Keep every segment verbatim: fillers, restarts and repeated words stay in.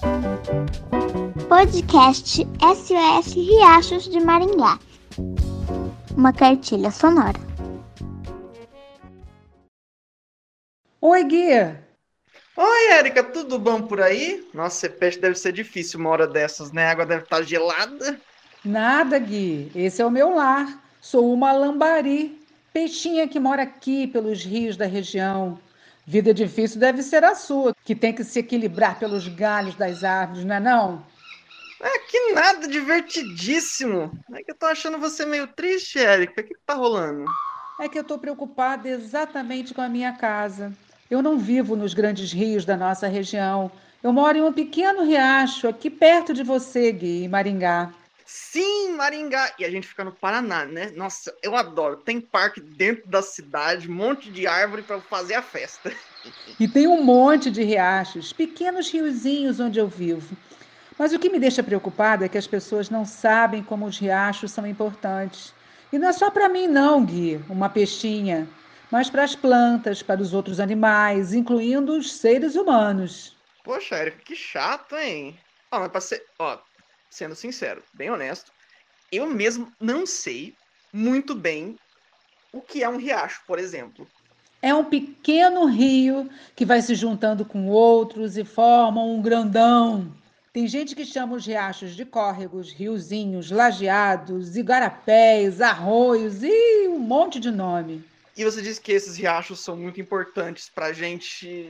Podcast S O S Riachos de Maringá. Uma cartilha sonora. Oi, Gui. Oi, Érica, tudo bom por aí? Nossa, ser peixe deve ser difícil uma hora dessas, né? A água deve estar gelada. Nada, Gui. Esse é o meu lar. Sou uma lambari, peixinha que mora aqui pelos rios da região. Vida difícil deve ser a sua, que tem que se equilibrar pelos galhos das árvores, não é não? É que nada, divertidíssimo. É que eu tô achando você meio triste, Érica. O que que tá rolando? É que eu estou preocupada exatamente com a minha casa. Eu não vivo nos grandes rios da nossa região. Eu moro em um pequeno riacho aqui perto de você, Gui, em Maringá. Sim, Maringá. E a gente fica no Paraná, né? Nossa, eu adoro. Tem parque dentro da cidade, um monte de árvore para fazer a festa. E tem um monte de riachos, pequenos riozinhos onde eu vivo. Mas o que me deixa preocupada é que as pessoas não sabem como os riachos são importantes. E não é só para mim, não, Gui, uma peixinha, mas para as plantas, para os outros animais, incluindo os seres humanos. Poxa, Érica, que chato, hein? Ó, mas pra ser, ó, sendo sincero, bem honesto, eu mesmo não sei muito bem o que é um riacho, por exemplo. É um pequeno rio que vai se juntando com outros e formam um grandão. Tem gente que chama os riachos de córregos, riozinhos, lajeados, igarapés, arroios e um monte de nome. E você disse que esses riachos são muito importantes pra gente.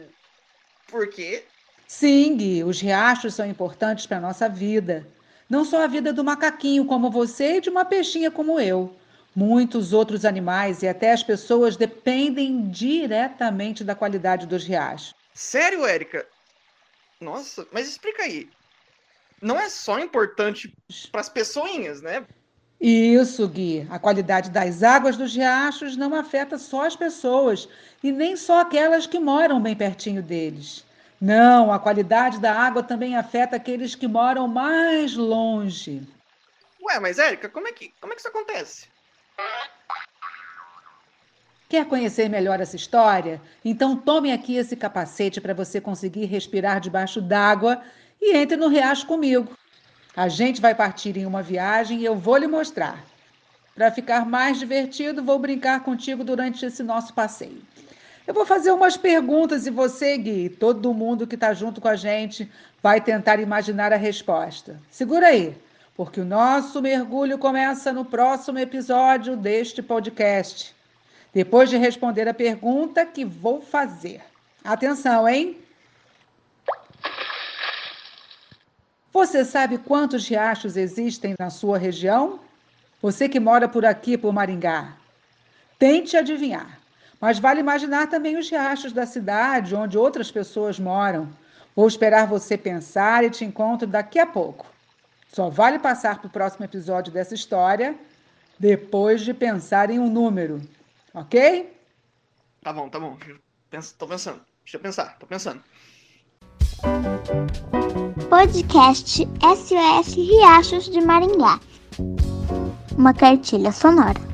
Por quê? Sim, Gui, os riachos são importantes para a nossa vida. Não só a vida do macaquinho como você e de uma peixinha como eu. Muitos outros animais e até as pessoas dependem diretamente da qualidade dos riachos. Sério, Érica? Nossa, mas explica aí. Não é só importante pras pessoinhas, né? Isso, Gui. A qualidade das águas dos riachos não afeta só as pessoas e nem só aquelas que moram bem pertinho deles. Não, a qualidade da água também afeta aqueles que moram mais longe. Ué, mas Érica, como é que, como é que isso acontece? Quer conhecer melhor essa história? Então tome aqui esse capacete para você conseguir respirar debaixo d'água e entre no riacho comigo. A gente vai partir em uma viagem e eu vou lhe mostrar. Para ficar mais divertido, vou brincar contigo durante esse nosso passeio. Eu vou fazer umas perguntas e você, Gui, todo mundo que está junto com a gente, vai tentar imaginar a resposta. Segura aí, porque o nosso mergulho começa no próximo episódio deste podcast. Depois de responder a pergunta que vou fazer. Atenção, hein? Você sabe quantos riachos existem na sua região? Você que mora por aqui, por Maringá. Tente adivinhar. Mas vale imaginar também os riachos da cidade, onde outras pessoas moram. Vou esperar você pensar e te encontro daqui a pouco. Só vale passar para o próximo episódio dessa história depois de pensar em um número. Ok? Tá bom, tá bom. Penso, tô pensando. Deixa eu pensar, tô pensando. Podcast S O S Riachos de Maringá. Uma cartilha sonora.